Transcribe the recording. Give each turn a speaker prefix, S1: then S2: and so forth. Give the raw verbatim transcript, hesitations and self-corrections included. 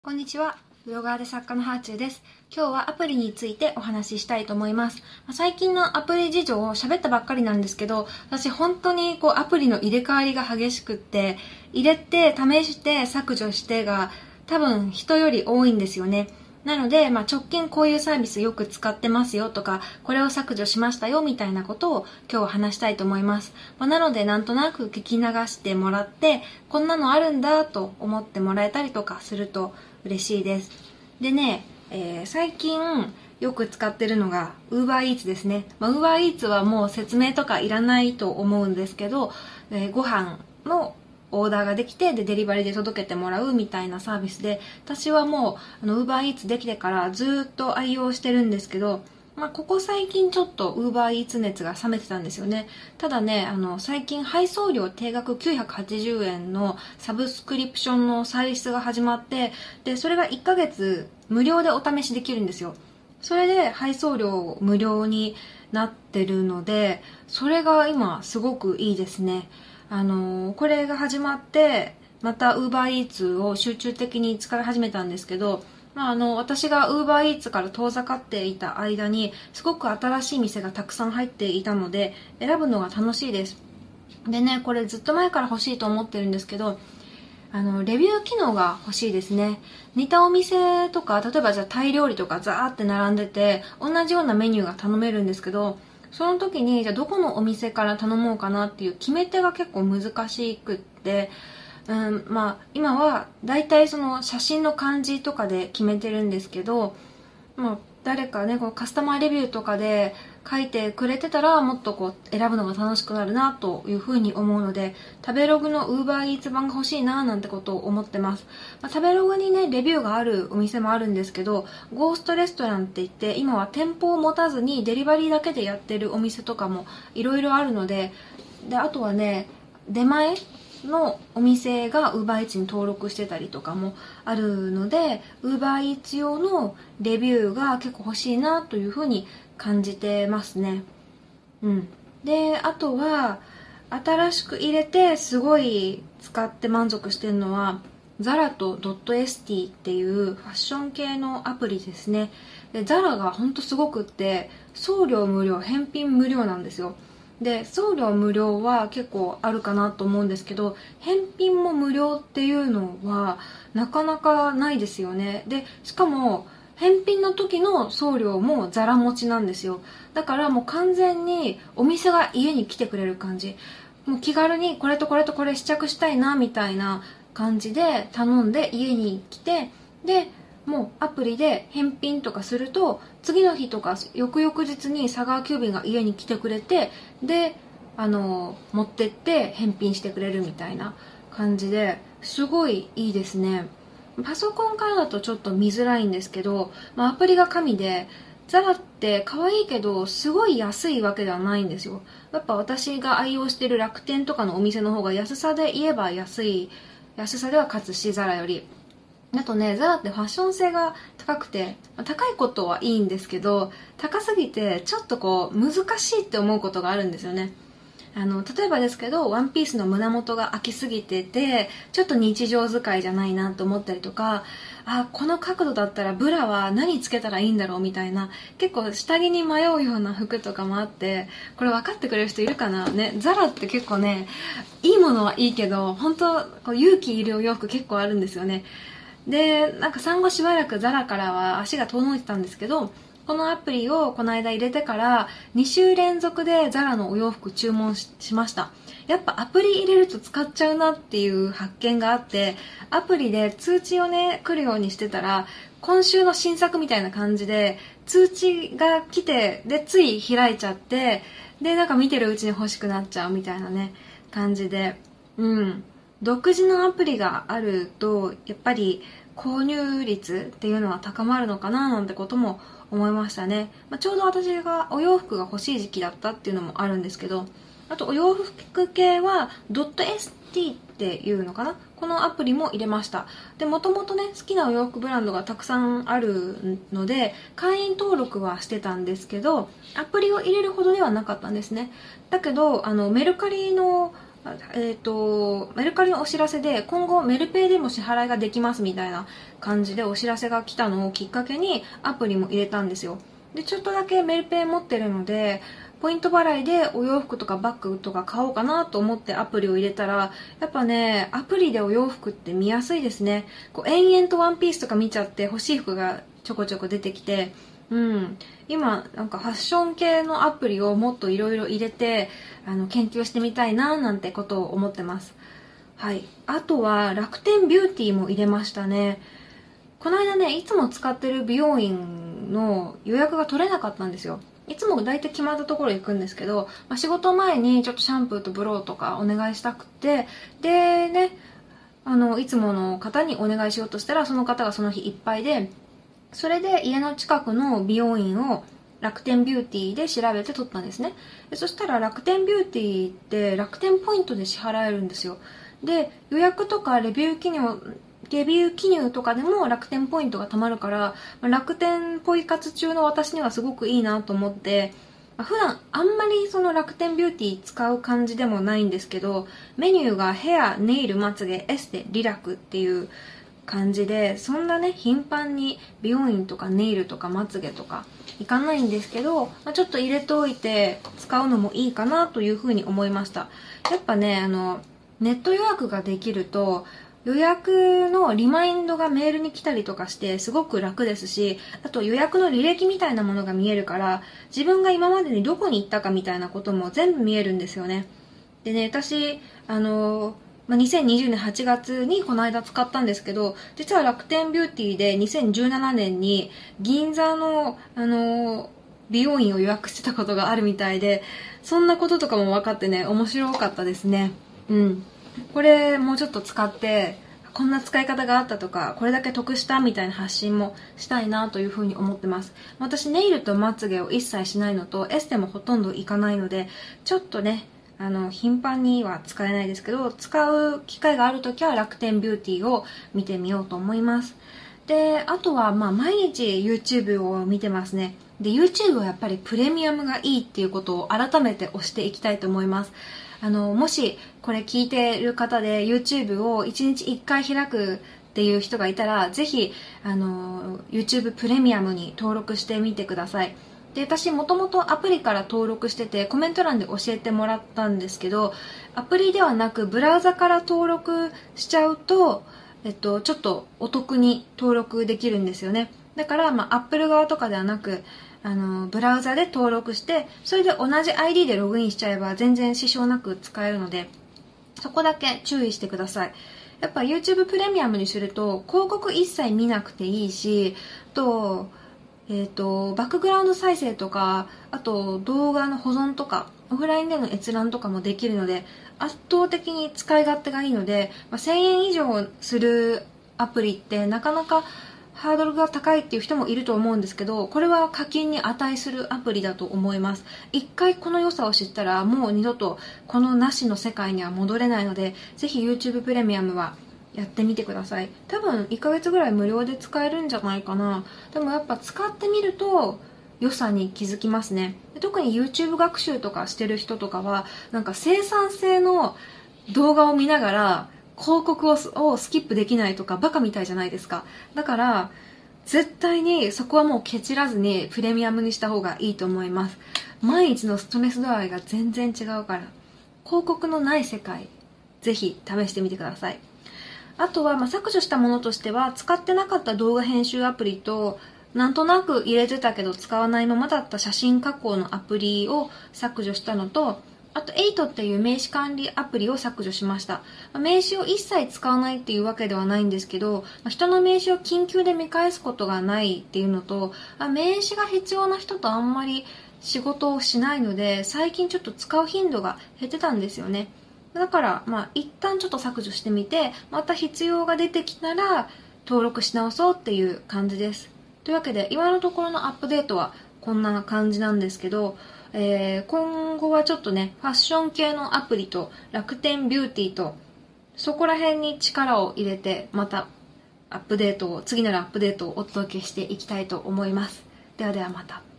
S1: こんにちは。ブロガーで作家のハーチューです。今日はアプリについてお話ししたいと思います。最近のアプリ事情を喋ったばっかりなんですけど、私本当にこうアプリの入れ替わりが激しくって、入れて、試して削除してが多分人より多いんですよね。なので、まあ、直近こういうサービスよく使ってますよとか、これを削除しましたよみたいなことを今日は話したいと思います。まあ、なので、なんとなく聞き流してもらって、こんなのあるんだと思ってもらえたりとかすると嬉しいです。でね、えー、最近よく使ってるのが UberEats ですね。まあ、UberEats はもう説明とかいらないと思うんですけど、えー、ご飯のオーダーができて、で、デリバリーで届けてもらうみたいなサービスで、私はもう、あの、UberEats できてからずっと愛用してるんですけど、まあ、ここ最近ちょっと UberEats 熱が冷めてたんですよね。ただね、あの、最近配送料定額きゅうひゃくはちじゅうえんのサブスクリプションのサービスが始まって、で、それがいっかげつ無料でお試しできるんですよ。それで配送料無料になってるので、それが今すごくいいですね。あのー、これが始まって、また UberEats を集中的に使い始めたんですけど、まあ、あの、私が UberEats から遠ざかっていた間に、すごく新しい店がたくさん入っていたので、選ぶのが楽しいです。でね、これずっと前から欲しいと思ってるんですけど、あの、レビュー機能が欲しいですね。似たお店とか、例えばじゃあタイ料理とかザーって並んでて、同じようなメニューが頼めるんですけど、その時にじゃあどこのお店から頼もうかなっていう決め手が結構難しくって、うん、まあ今は大体その写真の感じとかで決めてるんですけど、まあ、誰かねこうカスタマーレビューとかで書いてくれてたらもっとこう選ぶのが楽しくなるなというふうに思うので、食べログの UberEats 版が欲しいななんてことを思ってます。まあ、食べログにねレビューがあるお店もあるんですけど、ゴーストレストランって言って今は店舗を持たずにデリバリーだけでやってるお店とかもいろいろあるので、であとはね出前のお店が UberEats に登録してたりとかもあるので、 UberEats 用のレビューが結構欲しいなというふうに感じてますね。うん。で、あとは新しく入れてすごい使って満足してるのは Zara と .st っていうファッション系のアプリですね。で、Zara がほんとすごくって、送料無料、返品無料なんですよ。で、送料無料は結構あるかなと思うんですけど、返品も無料っていうのはなかなかないですよね。で、しかも返品の時の送料もザラ持ちなんですよ。だからもう完全にお店が家に来てくれる感じ。もう気軽にこれとこれとこれ試着したいなみたいな感じで頼んで家に来て、で、もうアプリで返品とかすると次の日とか翌々日に佐川急便が家に来てくれて、であの持ってって返品してくれるみたいな感じですごいいいですね。パソコンからだとちょっと見づらいんですけど、まあ、アプリが神で、ザラって可愛いけどすごい安いわけではないんですよ。やっぱ私が愛用してる楽天とかのお店の方が安さで言えば安い、安さでは勝つし、ザラより。あとね、ザラってファッション性が高くて、高いことはいいんですけど、高すぎてちょっとこう難しいって思うことがあるんですよね。あの、例えばですけど、ワンピースの胸元が開きすぎてて、ちょっと日常使いじゃないなと思ったりとか、あ、この角度だったらブラは何つけたらいいんだろうみたいな、結構下着に迷うような服とかもあって、これ分かってくれる人いるかなね。ザラって結構ね、いいものはいいけど、本当こう勇気いるお洋服結構あるんですよね。で、なんか産後しばらくザラからは足が遠のいてたんですけど、このアプリをこの間入れてからに週連続でザラのお洋服注文 し, しました。やっぱアプリ入れると使っちゃうなっていう発見があって、アプリで通知をね来るようにしてたら、今週の新作みたいな感じで通知が来て、でつい開いちゃって、でなんか見てるうちに欲しくなっちゃうみたいなね感じで、うん独自のアプリがあるとやっぱり購入率っていうのは高まるのかななんてことも思いましたね。まあ、ちょうど私がお洋服が欲しい時期だったっていうのもあるんですけど、あとお洋服系は .st っていうのかな、このアプリも入れました。で、もともとね好きなお洋服ブランドがたくさんあるので会員登録はしてたんですけど、アプリを入れるほどではなかったんですね。だけどあのメルカリのえっと、メルカリのお知らせで、今後メルペイでも支払いができますみたいな感じでお知らせが来たのをきっかけにアプリも入れたんですよ。で、ちょっとだけメルペイ持ってるので、ポイント払いでお洋服とかバッグとか買おうかなと思ってアプリを入れたら、やっぱね、アプリでお洋服って見やすいですね。こう延々とワンピースとか見ちゃって欲しい服がちょこちょこ出てきて、うん、今なんかファッション系のアプリをもっといろいろ入れてあの研究してみたいななんてことを思ってます。はい。あとは楽天ビューティーも入れましたね。この間ね、いつも使ってる美容院の予約が取れなかったんですよ。いつも大体決まったところ行くんですけど、まあ、仕事前にちょっとシャンプーとブローとかお願いしたくて、でね、あのいつもの方にお願いしようとしたらその方がその日いっぱいで、それで家の近くの美容院を楽天ビューティーで調べて取ったんですね。でそしたら楽天ビューティーって楽天ポイントで支払えるんですよ。で予約とかレビュー記入レビュー記入とかでも楽天ポイントが貯まるから、楽天ポイ活中の私にはすごくいいなと思って、普段あんまりその楽天ビューティー使う感じでもないんですけど、メニューがヘア、ネイル、まつげ、エステ、リラクっていう感じで、そんなね頻繁に美容院とかネイルとかまつげとか行かないんですけど、まあ、ちょっと入れておいて使うのもいいかなというふうに思いました。やっぱね、あのネット予約ができると予約のリマインドがメールに来たりとかしてすごく楽ですし、あと予約の履歴みたいなものが見えるから、自分が今までにどこに行ったかみたいなことも全部見えるんですよね。でね、私あのまあ、にせんにじゅうねんはちがつにこの間使ったんですけど、実は楽天ビューティーでにせんじゅうななねんに銀座の、あの美容院を予約してたことがあるみたいで、そんなこととかも分かってね、面白かったですね。うん。これもうちょっと使って、こんな使い方があったとか、これだけ得したみたいな発信もしたいなというふうに思ってます。私ネイルとまつげを一切しないのと、エステもほとんど行かないので、ちょっとね、あの頻繁には使えないですけど、使う機会があるときは楽天ビューティーを見てみようと思います。で、あとはまあ毎日 YouTube を見てますね。で、YouTube はやっぱりプレミアムがいいっていうことを改めて推していきたいと思います。あのもしこれ聞いている方で YouTube をいちにちいっかい開くっていう人がいたら、ぜひあの YouTube プレミアムに登録してみてください。で、私もともとアプリから登録してて、コメント欄で教えてもらったんですけど、アプリではなくブラウザから登録しちゃうと、えっと、ちょっとお得に登録できるんですよね。だから、まあ、Apple 側とかではなく、あのブラウザで登録して、それで同じ アイディー でログインしちゃえば全然支障なく使えるので、そこだけ注意してください。やっぱ YouTube プレミアムにすると広告一切見なくていいし、あと、えーと、バックグラウンド再生とか、あと動画の保存とかオフラインでの閲覧とかもできるので、圧倒的に使い勝手がいいので、まあ、せんえん以上するアプリってなかなかハードルが高いっていう人もいると思うんですけど、これは課金に値するアプリだと思います。一回この良さを知ったらもう二度とこのなしの世界には戻れないので、ぜひ YouTube プレミアムはやってみてください。多分いっかげつぐらい無料で使えるんじゃないかな。でもやっぱ使ってみると良さに気づきますね。特に YouTube 学習とかしてる人とかは、なんか生産性の動画を見ながら広告ををスキップできないとかバカみたいじゃないですか。だから絶対にそこはもうケチらずにプレミアムにした方がいいと思います。毎日のストレス度合いが全然違うから、広告のない世界ぜひ試してみてください。あとは、まあ、削除したものとしては、使ってなかった動画編集アプリと、なんとなく入れてたけど使わないままだった写真加工のアプリを削除したのと、あとエイトっていう名刺管理アプリを削除しました。名刺を一切使わないっていうわけではないんですけど、人の名刺を緊急で見返すことがないっていうのと、名刺が必要な人とあんまり仕事をしないので、最近ちょっと使う頻度が減ってたんですよね。だから、まあ、一旦ちょっと削除してみて、また必要が出てきたら登録し直そうっていう感じです。というわけで、今のところのアップデートはこんな感じなんですけど、えー、今後はちょっとね、ファッション系のアプリと楽天ビューティーと、そこら辺に力を入れて、またアップデートを、次なるアップデートをお届けしていきたいと思います。ではではまた。